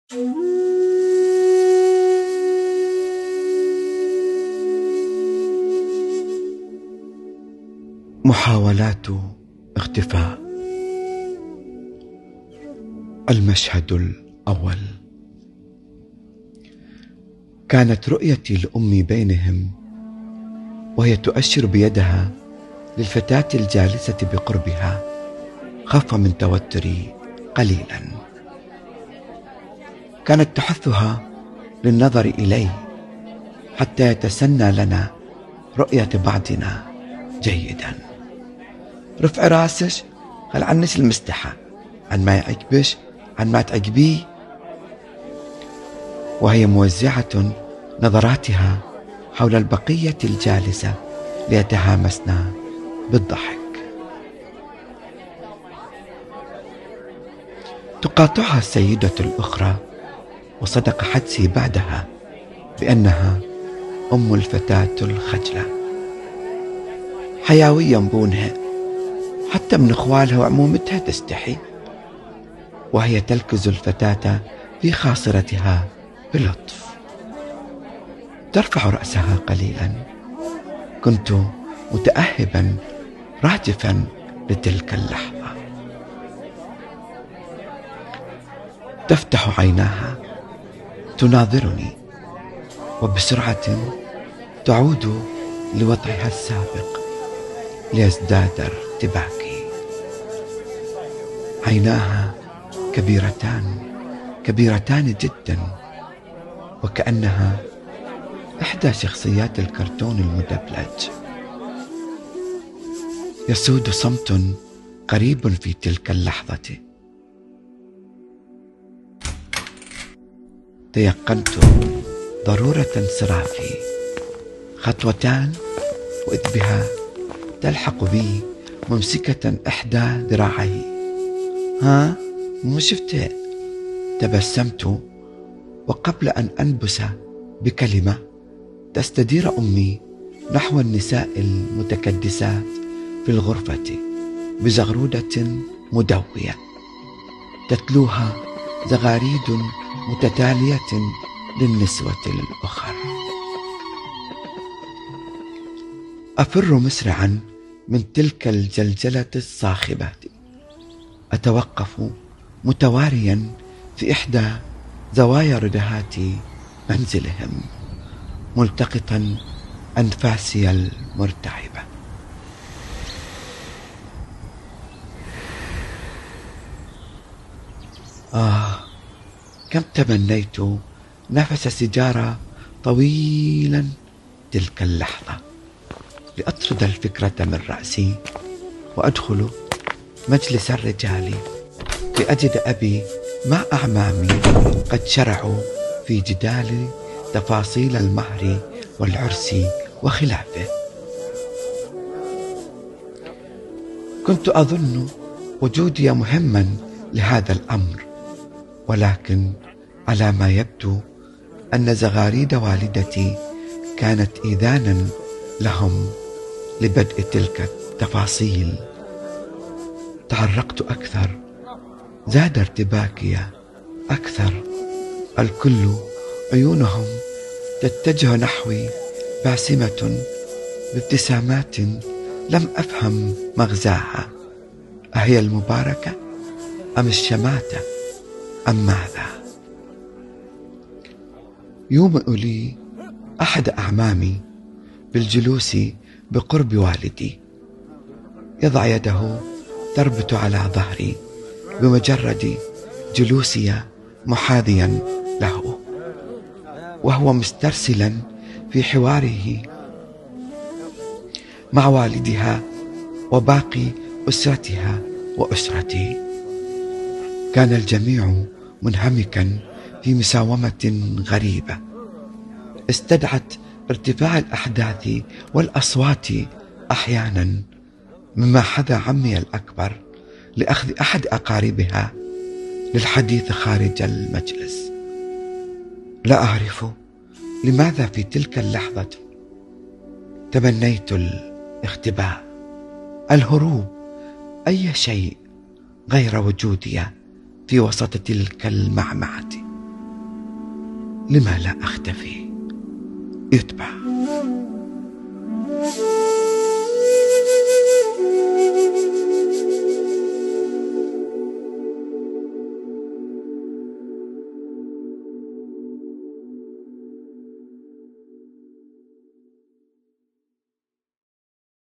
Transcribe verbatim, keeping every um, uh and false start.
محاولات اختفاء. المشهد الأول. كانت رؤيتي لأمي بينهم وهي تؤشر بيدها للفتاة الجالسة بقربها خف من توتري قليلا. كانت تحثها للنظر إليه حتى يتسنى لنا رؤية بعضنا جيدا. رفع راسش، هل عنش المستحى، عن ما يعجبش، عن ما تعجبيه. وهي موزعة نظراتها حول البقية الجالسة ليتهامسنا بالضحك. تقاطعها السيدة الأخرى، وصدق حدسي بعدها بأنها أم الفتاة الخجلة. حيوية بونها، حتى من اخوالها وعمومتها تستحي. وهي تلكز الفتاة في خاصرتها بلطف. ترفع رأسها قليلا. كنت متأهبا راجفا لتلك اللحظة. تفتح عيناها تناظرني، وبسرعة تعود لوضعها السابق ليزداد ارتباكي. عيناها كبيرتان كبيرتان جدا، وكأنها إحدى شخصيات الكرتون المدبلج. يسود صمت قريب في تلك اللحظة. تيقنت ضرورة انصرافي. خطوتان وإذ بها تلحق بي ممسكة إحدى ذراعي. ها، مو شفته؟ تبسمت، وقبل أن أنبس بكلمة تستدير أمي نحو النساء المتكدسات في الغرفة بزغرودة مدوية تتلوها زغاريد متتالية للنسوة الأخر. أفر مسرعا من تلك الجلجلة الصاخبة. أتوقف متواريا في إحدى زوايا ردهات منزلهم، ملتقطا أنفاسي المرتعبة. آه، كم تمنيت نفس سيجارة طويلا تلك اللحظة لأطرد الفكرة من رأسي وأدخل مجلس الرجال لأجد أبي مع أعمامي قد شرعوا في جدال تفاصيل المهر والعرس وخلافه. كنت أظن وجودي مهما لهذا الأمر، ولكن على ما يبدو أن زغاريد والدتي كانت إذانا لهم لبدء تلك التفاصيل. تعرقت أكثر، زاد ارتباكي أكثر. الكل عيونهم تتجه نحوي باسمة بابتسامات لم أفهم مغزاها. أهي المباركة أم الشماتة أم ماذا؟ يومئ لي أحد أعمامي بالجلوس بقرب والدي، يضع يده تربت على ظهري بمجرد جلوسي محاذيا له، وهو مسترسلا في حواره مع والدها وباقي أسرتها وأسرتي. كان الجميع منهمكا في مساومة غريبة استدعت ارتفاع الأحداث والأصوات أحيانا، مما حث عمي الأكبر لأخذ أحد أقاربها للحديث خارج المجلس. لا أعرف لماذا في تلك اللحظة تمنيت الاختباء، الهروب، أي شيء غير وجودي في وسط تلك المعمعة. لما لا أختفي يتبع.